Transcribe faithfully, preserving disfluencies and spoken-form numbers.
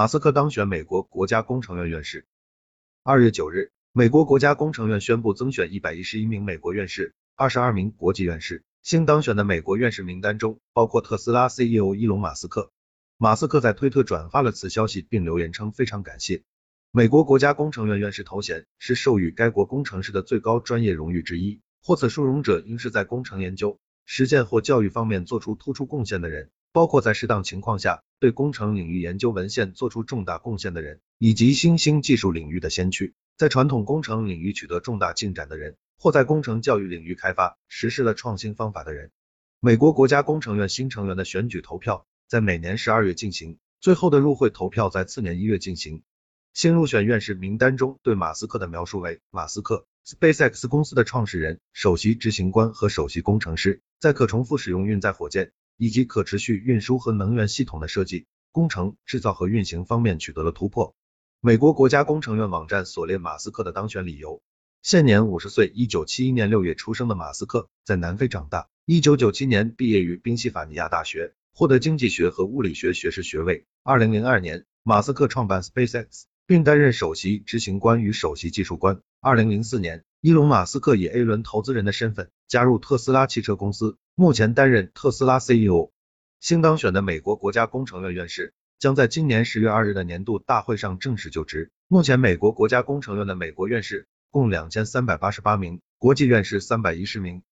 马斯克当选美国国家工程院院士。二月九日，美国国家工程院宣布增选一百一十一名美国院士，二十二名国际院士。新当选的美国院士名单中包括特斯拉 C E O 伊隆马斯克。马斯克在推特转发了此消息，并留言称非常感谢。美国国家工程院院士头衔是授予该国工程师的最高专业荣誉之一，获此殊荣者应是在工程研究、实践或教育方面做出突出贡献的人，包括在适当情况下对工程领域研究文献做出重大贡献的人，以及新兴技术领域的先驱，在传统工程领域取得重大进展的人，或在工程教育领域开发、实施了创新方法的人。美国国家工程院新成员的选举投票在每年十二月进行，最后的入会投票在次年一月进行。新入选院士名单中对马斯克的描述为：马斯克 SpaceX 公司的创始人、首席执行官和首席工程师，在可重复使用运载火箭以及可持续运输和能源系统的设计、工程、制造和运行方面取得了突破。美国国家工程院网站所列马斯克的当选理由：现年五十岁，一九七一年六月出生的马斯克在南非长大，一九九七年毕业于宾夕法尼亚大学，获得经济学和物理学学士学位。二零零二年，马斯克创办 SpaceX， 并担任首席执行官与首席技术官。二零零四年，伊隆马斯克以 A 轮投资人的身份加入特斯拉汽车公司，目前担任特斯拉 C E O。新当选的美国国家工程院院士将在今年十月二日的年度大会上正式就职。目前美国国家工程院的美国院士共两千三百八十八名，国际院士三百一十名。